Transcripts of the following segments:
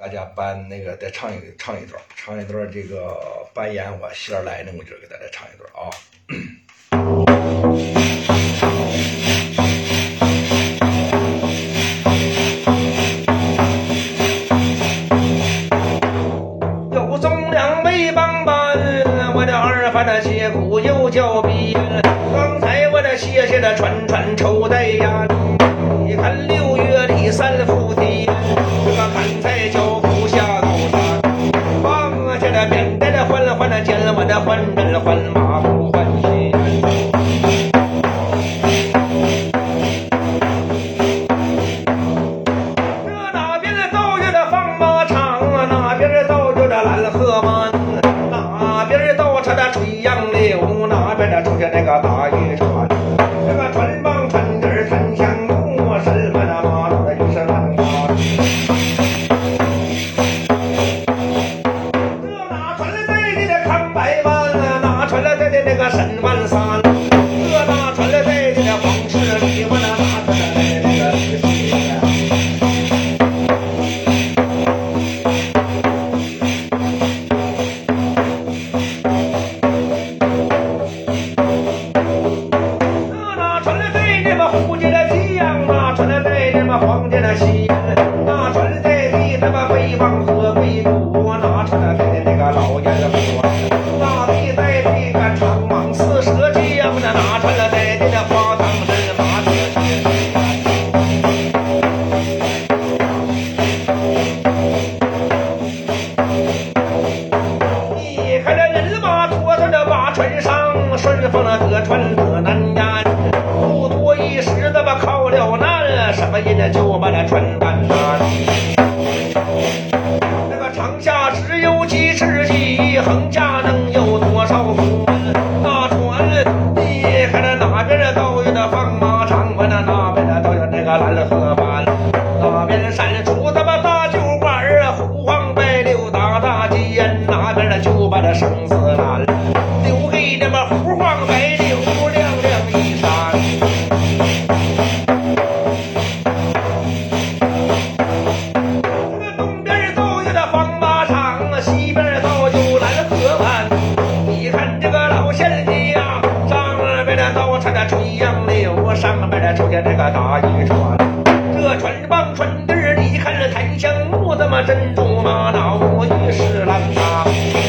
大家班那个再唱一段这个扮演我仙儿来呢，我就给大家唱一段啊。有中两位帮班，我的二发的节骨又叫鼻，刚才我的谢谢的串抽袋呀。你看6月里3伏天，这个砍菜脚骨下刀山，放下了扁担的换的尖，我的换人换马不换鞋。这哪边的造月的放马场啊，哪边的造月的蓝河湾，哪边造车的水杨柳，哪边的出现那个大渔船，这个船帮船底儿谈香木，什么的马路的就是烂马。这哪传来在地的康百万啊，哪传来在地那个沈万三，这哪传来在地的黄世礼，我哪传来在地那个李世民。皇家的西，那传在地他妈北方和贵族，那传在地那个老烟火，那地在地个长蟒四蛇将的，那传在地的花堂人马这些。你看这人马驮的马船上，顺风了得船得难呀，不多一时的吧靠了难，什么人就把那船搬难。那个长下只有几尺几，横下能有多少宽？那船你看那哪边的道有的放马场，我那边的道有那个蓝河湾，那边闪出他妈大酒馆儿，胡黄白柳大尖，那边的就把这生死难，留给那么胡黄白柳亮一闪。东边造就的放马场，西边造就蓝河湾。你看这个老县家，上边的造船的水杨柳，上边的出现这个大渔船。这船帮船底儿，你看这檀香木，这么珍珠玛瑙玉石兰呐。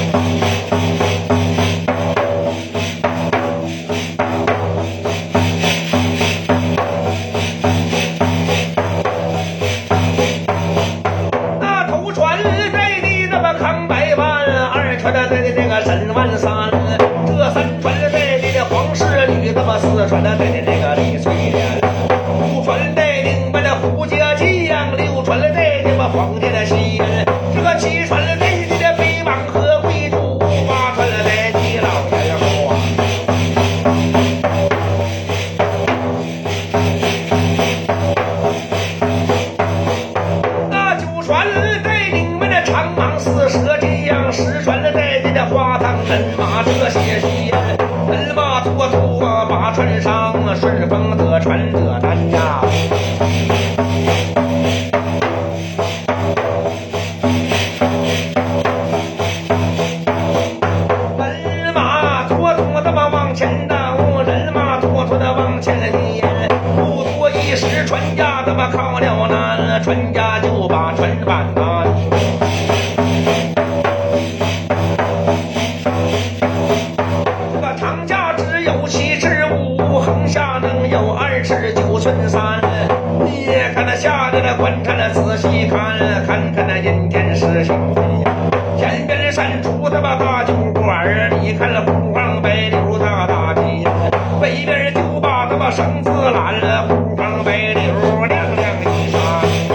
传的在的那个沈万三，这3传的在的那黄世礼，这么4传的在的那个李翠莲，5传带领我的胡家将，6传的在的我皇家的西，这个7传的在的那北王和贵族，8传的在的老烟火。那9传带领我的长蟒四蛇将，10传的在地的花堂人马这些些，人马拖把船上，顺风得船得难呀。人马拖的往前倒，人马拖的往前撵，不多一时船家这么靠了难，船家就把船搬难。横下能有2尺9寸3，你看那下着的观察的仔细看，看看那阴天是星辉，前边闪出他妈大酒馆儿，你看那胡黄白柳大街，北边就把他妈绳子拦，胡黄白柳亮一闪。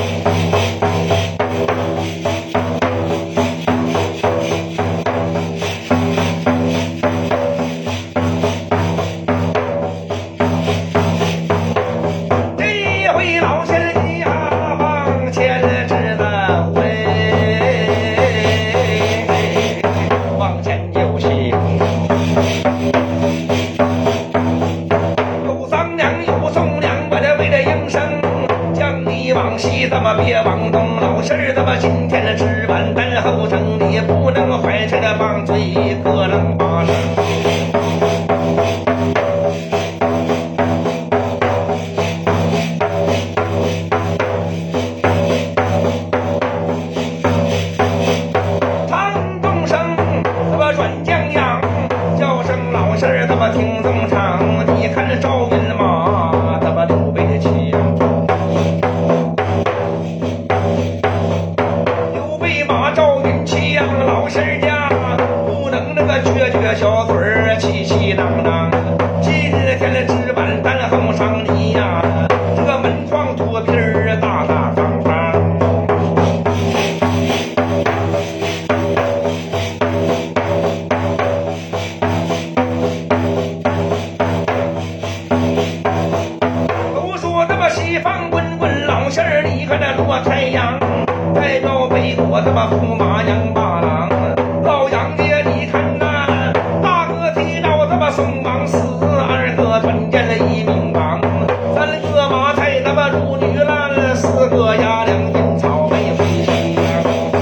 老仙家往前指的回，往前就行。有丧娘有送娘，我的板担后生，你不能怀着的棒槌，各能把生。长东省这么软江洋，叫声老仙儿这么听众唱，你看赵云马这么刘备的气呀。赵云气呀，老仙儿家不能那个撅撅小嘴儿，气气囊囊。今天的纸板担后上你呀，这个门框土皮儿大大方方。都说这么西方滚滚，老仙儿你看那落太阳。代表北国这么驸马杨八郎，老杨家你看呐，大哥提到这么宋王四，二哥团建了一名王，三个马太那么如女兰，四个牙两阴草没飞西呀。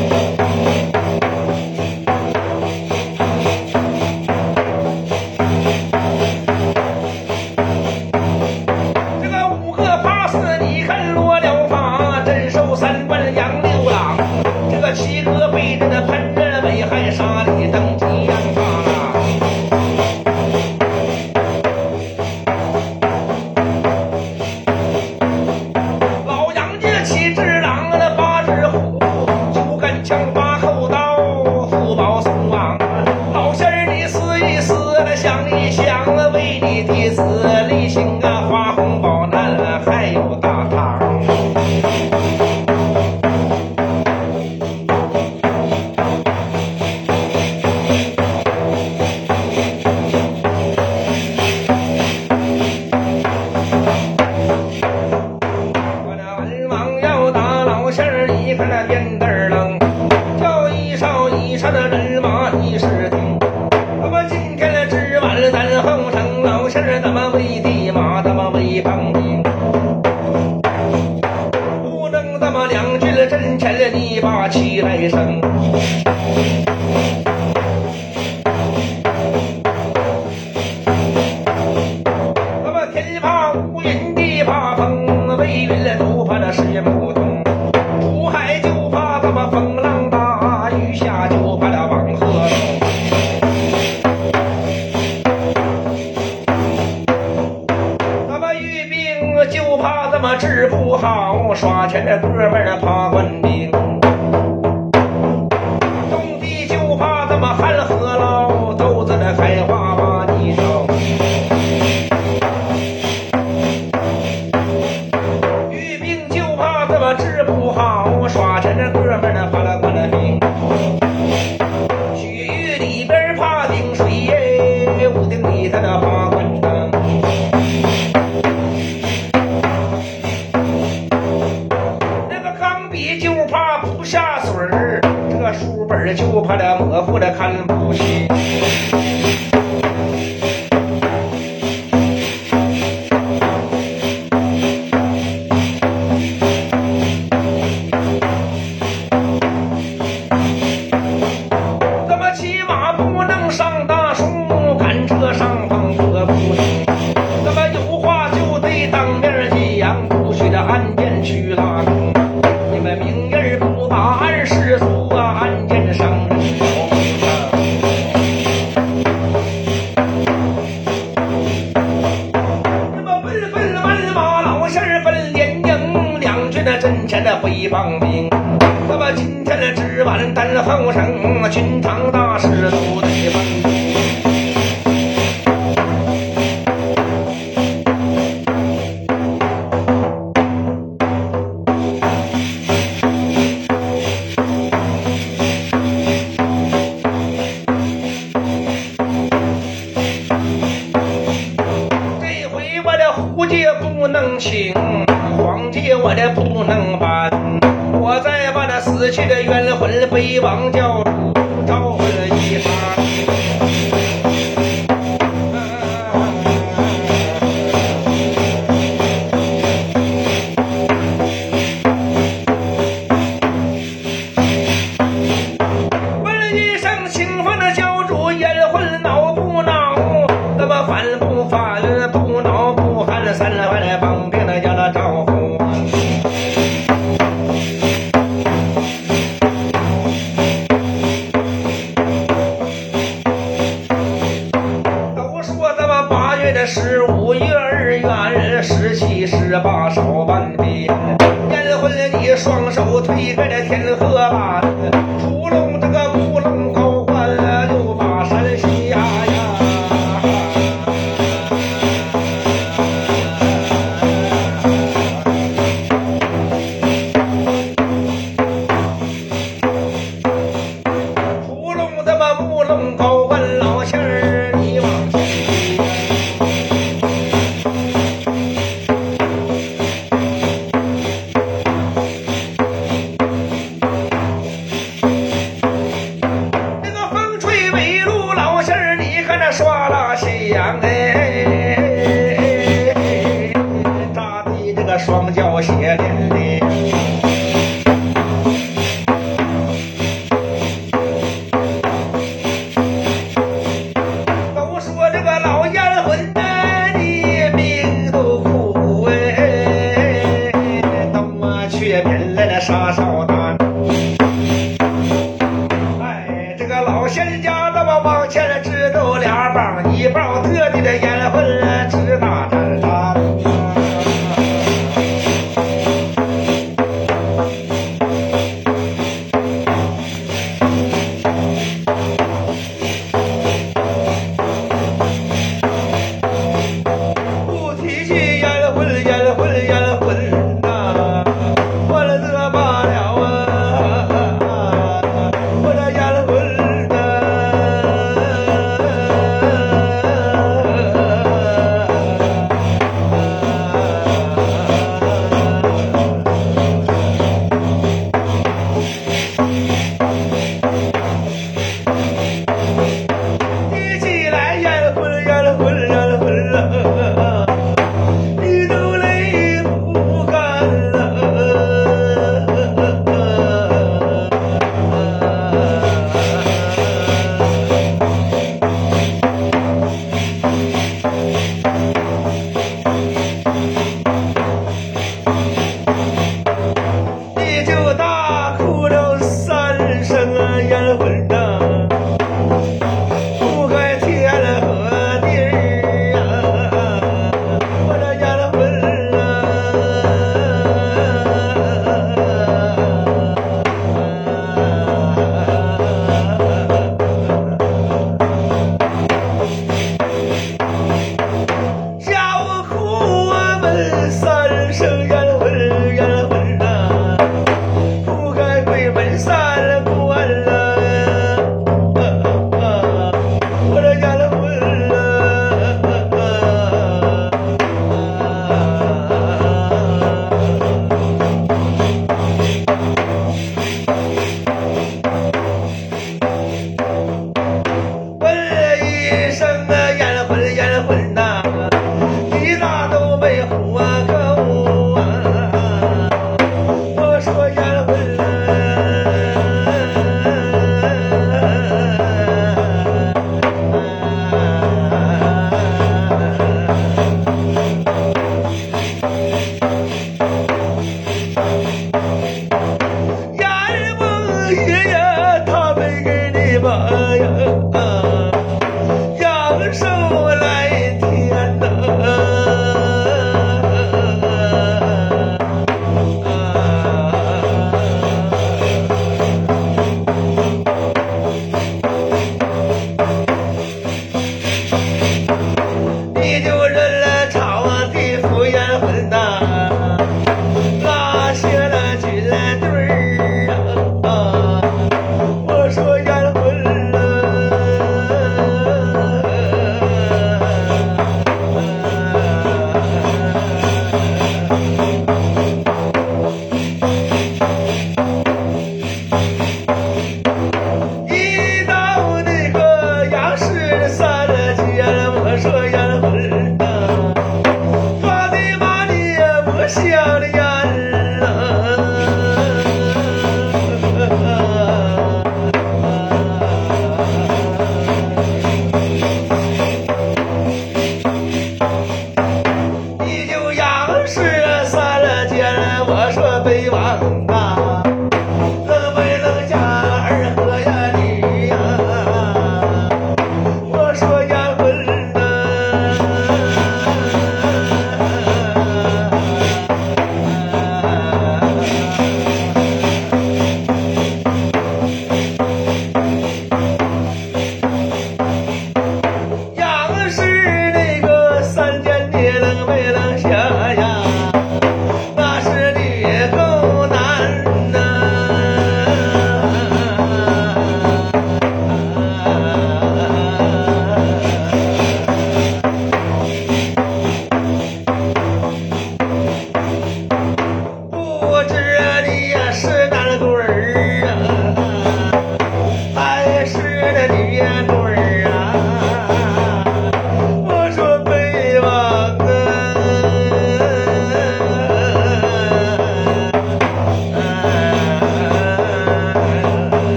这个五个八四你看落了发，镇守三关杨六郎。这个七个被人的喷人危害杀力登基杨八郎。老杨家七只狼的八只虎，九杆枪八口刀，福宝宋王。老仙儿你思一思，想一想，为你弟子立行啊，花红宝难还有大堂。你看那面蛋冷，叫一哨一哨的人马一时听。那么今天的值晚咱后生老仙儿怎么为地马，怎么为帮兵？不能这么两军阵前你把气来生。那么天怕乌云地怕风，为云都怕那实不同。出海就怕这么风浪大，雨下就怕那黄河龙。那么遇病就怕这么治不好，耍钱的哥们儿怕官兵。种地就怕这么旱河涝，豆子的开花把你烧。遇病就怕这么治不好，耍钱的哥们儿怕了官了兵。许狱里边怕顶水耶，屋顶里他那怕关灯。那个钢笔就怕不下水儿，这个书本就怕那模糊的看不清。去拉弓，你们明日不把案世俗啊，案件上人头上。那么奔奔满马老仙儿奔连营，两军的阵前的回帮兵。那么今天的值晚担后生，军堂大事都得办。不能请皇帝，我的不能办，我再把那死去的冤魂北王教主召回一趟。 大，出笼这个乌龙高官就把山西呀。出笼这么乌龙高官老仙儿，你往西。这个风吹尾路老仙儿，你看这刷了香哎，扎的这个双脚鞋连连。都说这个老烟魂哎，你命都苦哎，等我却变来了杀少丹。哎，这个老仙家那么往前直走俩棒，一棒得的这烟魂直打战战。不提起烟魂烟魂烟魂呐，我这罢了啊，我这烟魂提起来烟魂烟魂烟魂啊，你都累不干你就大哭了三声烟魂呐，不该天和地儿啊，我这烟魂下午哭我们三声烟魂烟魂啊，不该归门三关了，我这烟魂问一声烟魂烟魂呐，你咋都没活够啊？我说烟魂烟梦爷爷他没给你吧呀，阳寿来天呐。你就认了朝地府烟魂呐，拉下了军队儿啊，我说烟魂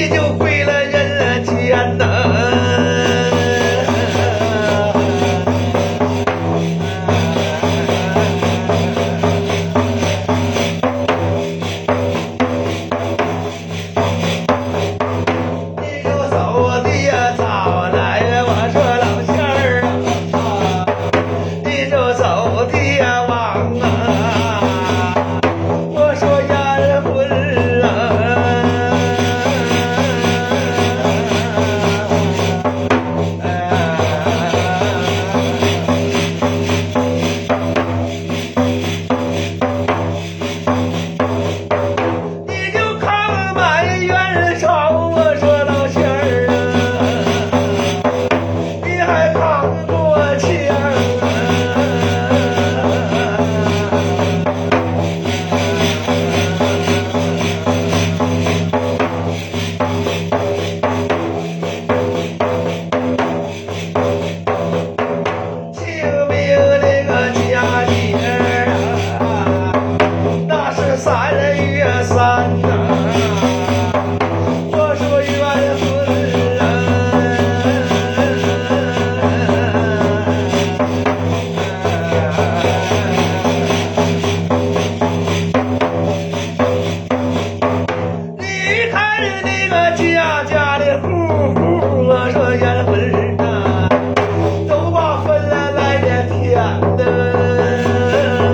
你就归了人间呐。你就走的早来，我说老仙儿啊，你就走的晚啊，我说冤魂你就扛满元朝，我说老仙儿你还扛过枪清明那个佳节那是3月3呐。我说冤魂你看那个家的户户，我说冤魂呐，都把坟来的填的。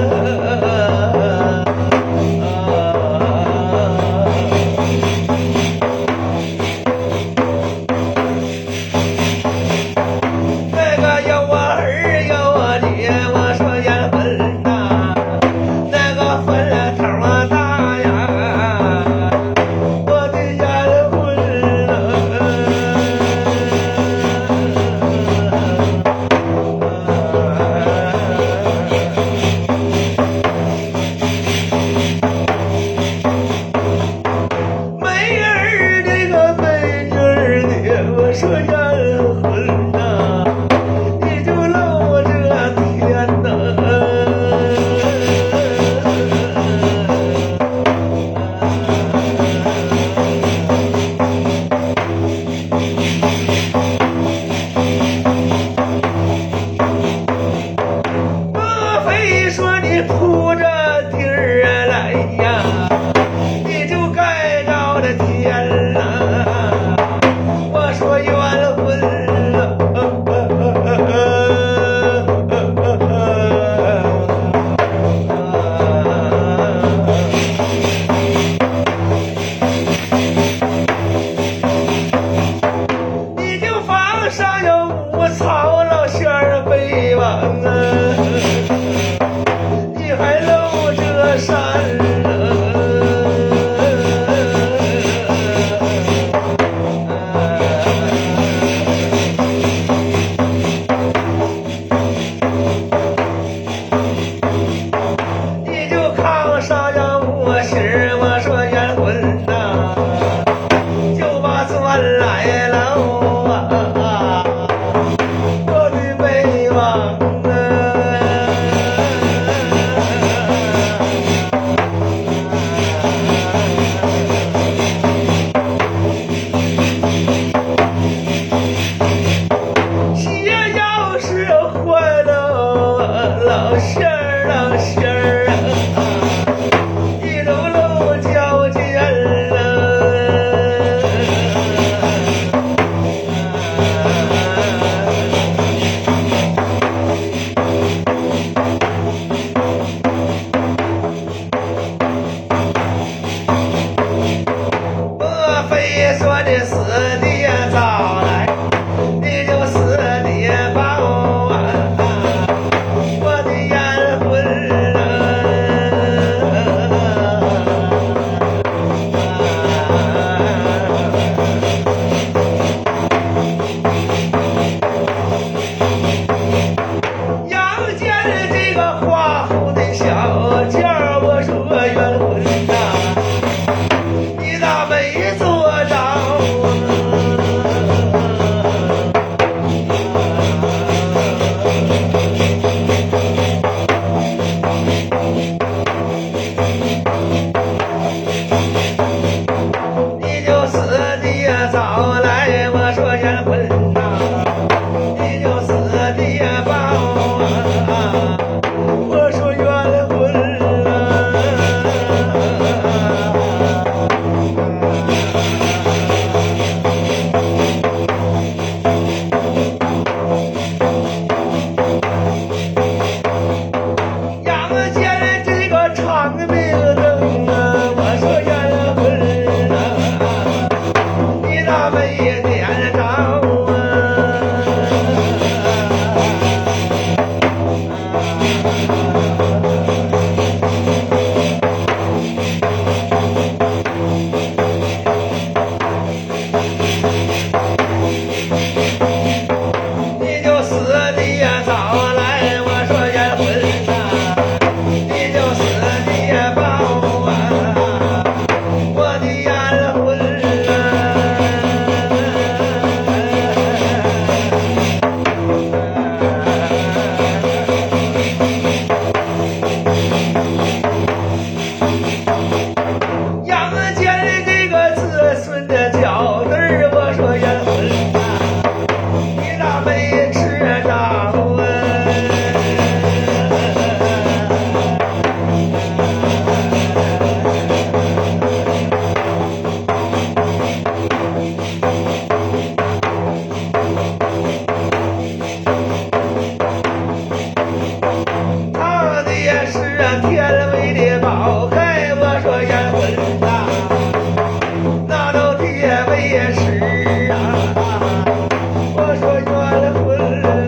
那个有我儿有我爹，我说冤魂呐，那个坟头啊大呀，我的冤魂没儿那个没女儿的，我说冤魂呐，你就露这天呐。莫非说你铺着地儿来呀，你就盖着了天了？我说冤魂你就放上有五草老仙儿背王啊，你还露着山你就扛上呀我心儿，我说冤魂呐，就把钻来了我的背王鞋要是坏了，老仙儿老仙儿你都露脚尖了。莫非说的死的早来，你就死的早啊，我的冤魂杨戬这个花红的小轿，我说冤魂呐，你咋没做着？ 那没点着啊。你就死的呀早来，我说冤魂呐，你就死的呀报啊，我的冤魂啊。杨戬这个子孙的脚子儿，我说冤魂呐，你咋没吃着啊？他的也是天为的宝盖，我说冤魂呐，那都爹为是啊，我说冤魂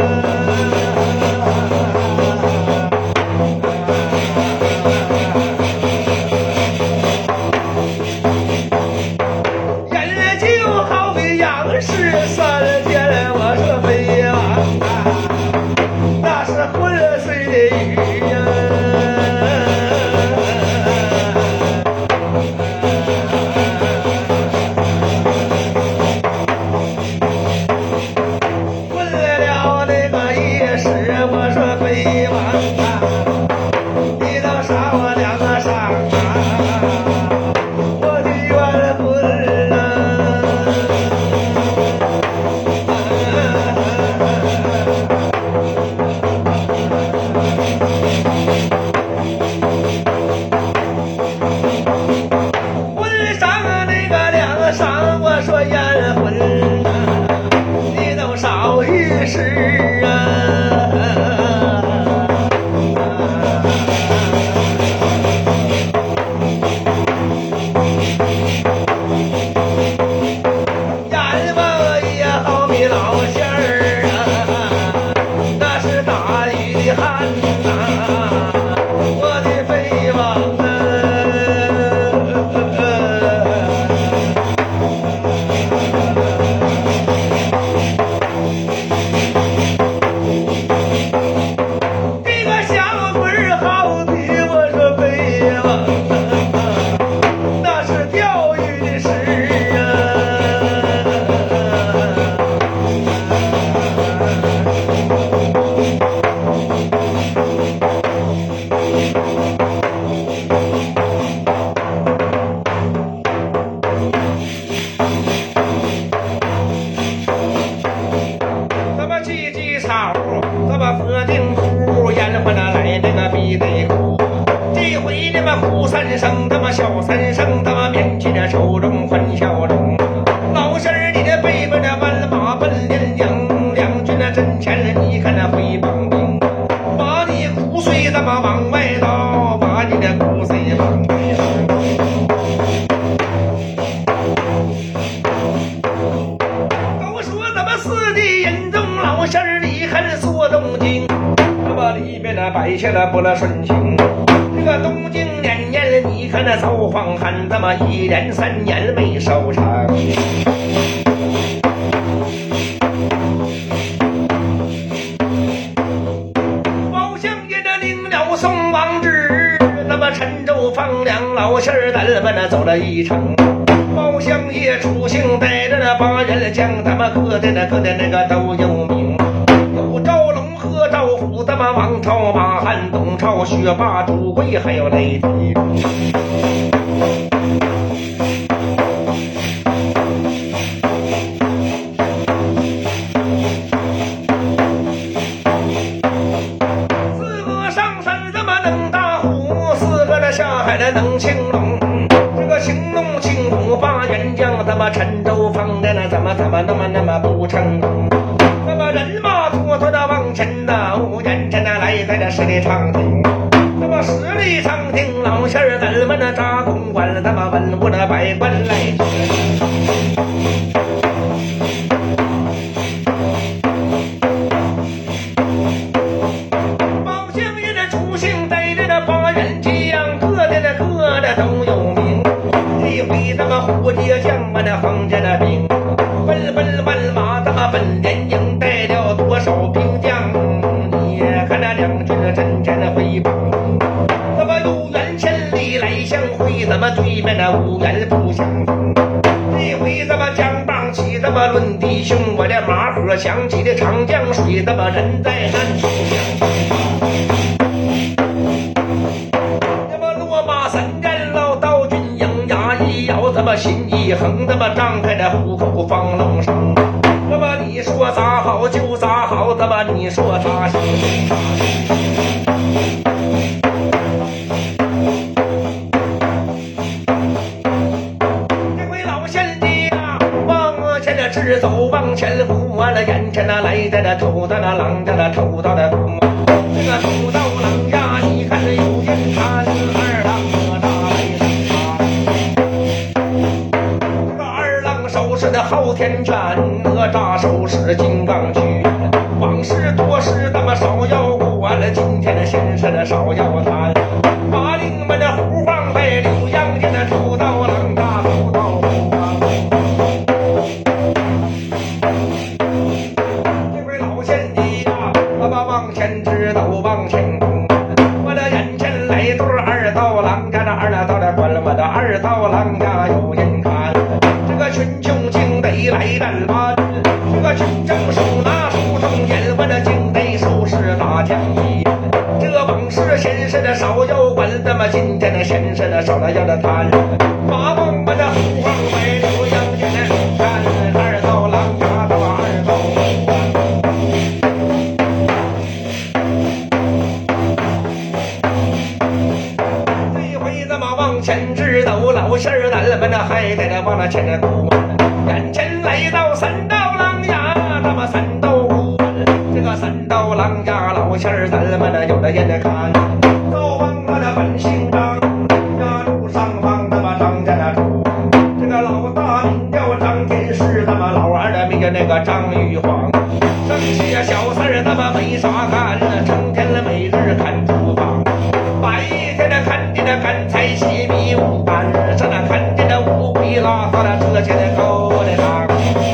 人就好比杨氏三天，我说没完啊，那是浑水的鱼呀。混了那个一时，我说没完啊，你都杀我两个伤啊，我的冤魂魂上那个两伤，我说冤魂啊，你都少一时啊。阎王爷好比老仙儿啊，那是大雨的汗呐，我的飞王这个小鬼儿好比我说飞王那是钓鱼的事咱们鸡鸡草，咱们佛定铺，烟花那来那个必得哭。这回你们哭三声，他妈笑三声，他妈面起的手中欢笑容。老仙儿，你的背背的万马奔连营，两军的阵前，你看那回帮兵，把你骨髓他妈往外倒，把你的骨髓往外倒。都说咱们四地人中老仙儿，你看说东京，那么里边呢摆下了不了顺情。这个东京年年，你看那遭荒旱，这么一连3年没收成。包相爷的领了宋王志，那么陈州放粮老仙儿咱们那走了一程。包相爷出行带着那8员将，他们各的那个都有名。有赵龙和赵虎，他们王朝马汉东朝薛霸朱贵，还有雷霆。4个上山这么能打虎，4个那下海的能青龙。这个青龙青虎8员将，他妈陈州方的那怎么那么不成功？那么人马妥妥的往前呐，眼前那来在这十里长亭。那么十里长亭老仙儿咱们那扎公馆，他妈文武的百官来。 那皇家的兵，奔奔万马他妈奔连营，带了多少兵将？你看那两军的阵前的回帮，那么有缘千里来相会，怎么对面的无缘不相逢？这回这么将棒起，这么论弟兄，我的马盒响起的长江水，这么人在山头相那么落马三战老道军营牙一咬，这么心一横，这么张开的虎口放龙声。那么你说咋好就咋好，这么你说咋行就咋行。直走往前扶，完了眼前那来的那头的那狼的那头到的头，这个头到狼呀，你看这有人看二郎哪吒来上他，这个二郎手持的昊天拳，哪吒手持金刚拳，往事多事那么少要顾，完了今天的先生的少要谈，把令们的胡晃在柳阳间的头到狼大头到虎啊。往前直走往前攻，我的眼前来对二道郎家的二道的关了，我的二道郎家有人看，这个群雄竟得来战吧，这个群正手拿出重剑，我的竟得手持大将衣，这往事先生的少要管，那么今天的先生的少了要的谈，把梦我的虎王白柳阳间看二道郎家到二道前知道老仙儿咱们那还在那往那前着走，眼前来到三道狼呀，那么三道谷，这个三道狼呀，老仙儿咱们那有的眼的看，走往我的本姓张呀，路上方那么张家那主，这个老大名叫张天师，那么老二的名叫那个张玉皇，剩下小三儿那么没啥干，成天了每日看厨房，白天的看见那干菜洗米午饭，上那看见那乌龟拉到了车前的高的上，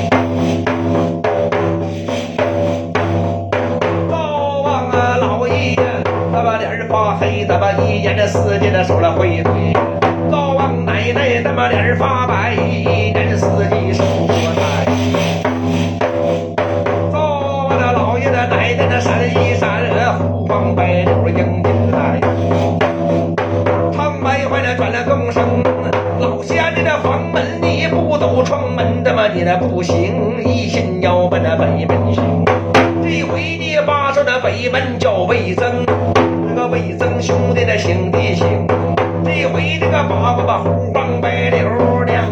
高望啊老爷那么脸发黑，那么一眼的四季的受了回退，高望奶奶那么脸发白，一眼四季受过灾，高望的老爷的奶奶的闪一闪，虎黄白柳迎进来，外怀了转了更生，老仙的那房门你不走窗门，那么你那不行，一心要奔那北门行。这回你把守的北门叫魏增，这个魏增兄弟的兄弟行。这回这个把虎黄白柳亮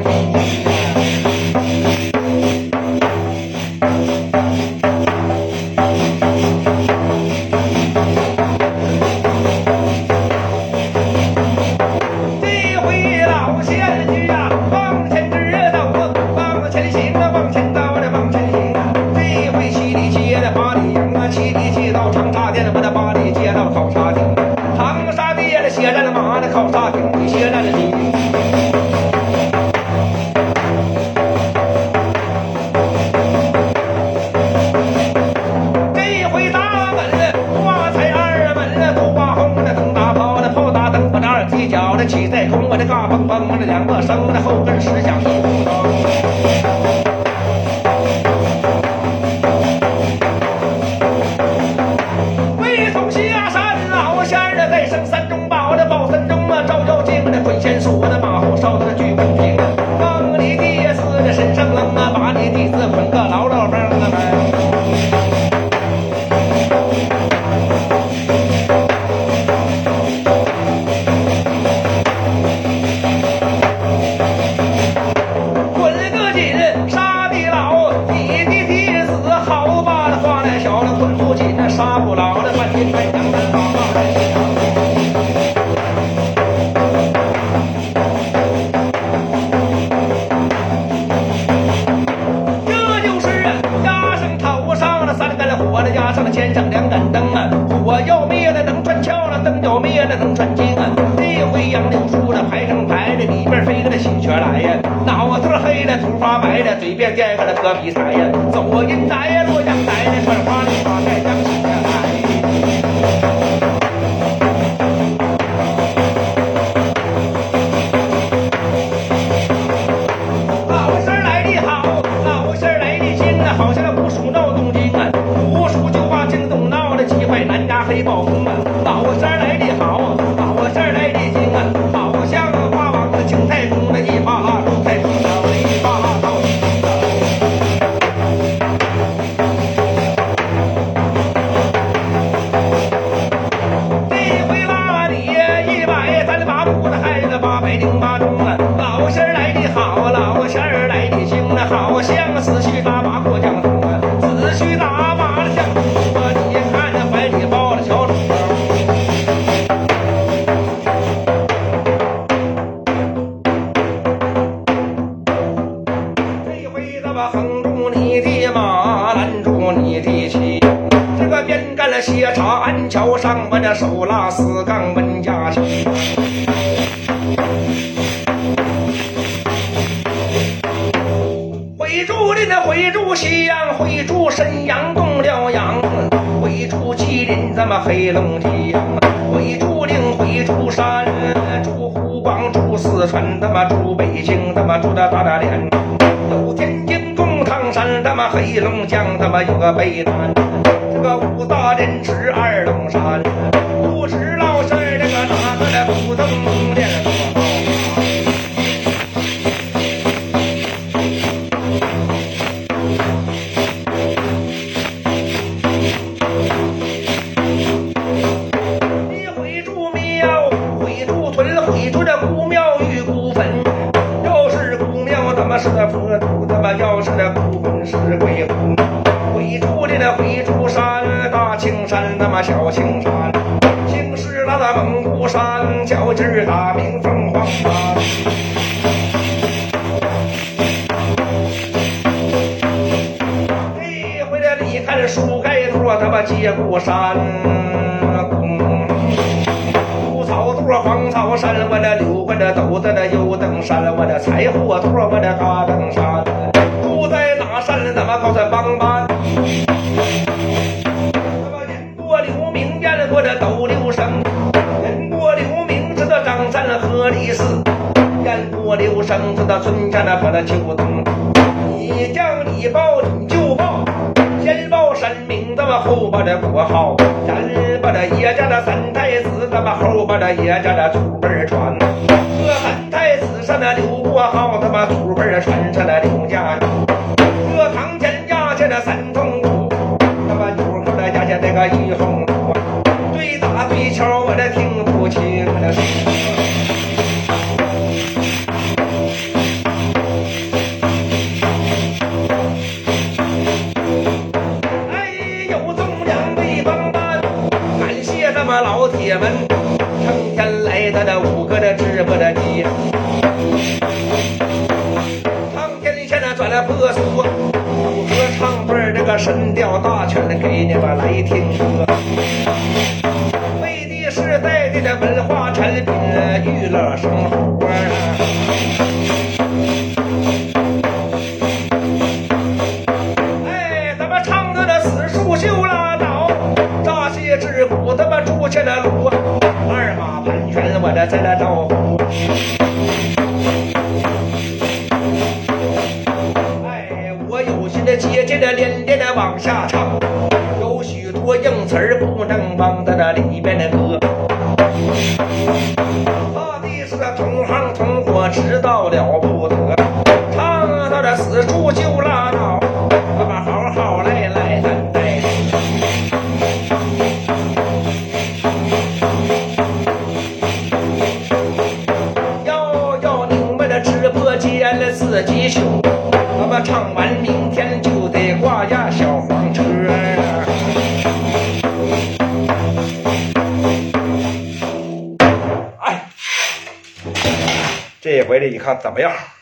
靠沙顶你歇站了你，这回大门挂彩二门都挂红的灯打炮的炮打灯把那二踢脚的起在空，我的嘎嘣嘣的两个声的后跟十响一咚咚。未从下山老仙儿的再升三中报的报三中啊，照妖镜的捆仙术，我的马后烧的巨棍平，帮你弟子的身上扔啊，把你弟子捆个牢牢崩啊花白的，嘴边垫个的戈壁彩呀，走银仔洛阳仔的穿花绿花带将起来。老仙儿来的好，老仙儿来的精啊，好像那五鼠闹东京啊，五鼠就把惊动闹的击坏南衙黑豹公啊。老仙儿来的好，老仙儿来的精啊，好像花王的景太公的一把朱太公的一把刀。这回拉你138步的孩子808中了，老仙儿来的好，老仙儿来的精啊，好像死去打马过江东啊，死去打马的江东啊，你看那怀里抱着小主啊。这回咱们横住你的马，拦住你的骑，这个边干了斜插安桥上，我这手拉4杠文家旗。回住林的回住西阳，回住沈阳东辽阳，回住吉林咱们黑龙江，回住岭回住山，住湖广住四川，咱们住北京，咱们住的大连，有天津公唐山，咱们黑龙江，咱们有个北南，这个5大连池2龙山，不知老师这个哪个的不登连是的佛祖，他妈要是的古本是鬼魂，回住的那回住山，大青山他妈小青山，青是那的蒙古山，小鸡儿大明凤凰山。这回来你看树盖座，他妈接过山。草垛黄草山，我的柳我的斗子的油灯山，我的柴火垛我的嘎登山，住在哪山怎么告诉帮班？那么人多留名变过的斗六生，人多留名知道张三和李四，人多留生知道孙家的把他就灯，你将你报你就报。先报神明，咱们后把这国号，咱把这爷家的3太子，咱们后把这爷家的祖辈传。这3太子上的刘国号，咱们祖辈传上了刘家。这堂前压下的3通鼓，咱们牛口的压下这个1红鼓，对打对敲我这听不清了。老铁们，成天来的那5个的直播的鸡，唱天下的转了破俗，如何唱段这个神调大全的给你们来听歌。为的是带的这文化产品娱乐生活哎，咱们唱的那死树秀拉倒，扎些指骨他妈出去了路，二马盘旋我这在那招呼。哎，我有心的接着连连的往下唱，有许多硬词儿不能忘在那里边的歌。怕的是同行同伙知道了不得，唱到这死树就拉倒，咱们好好来担待。要你们的直播间了自己修，咱们唱完明天就得挂呀小黄车。哎，这回这一看怎么样？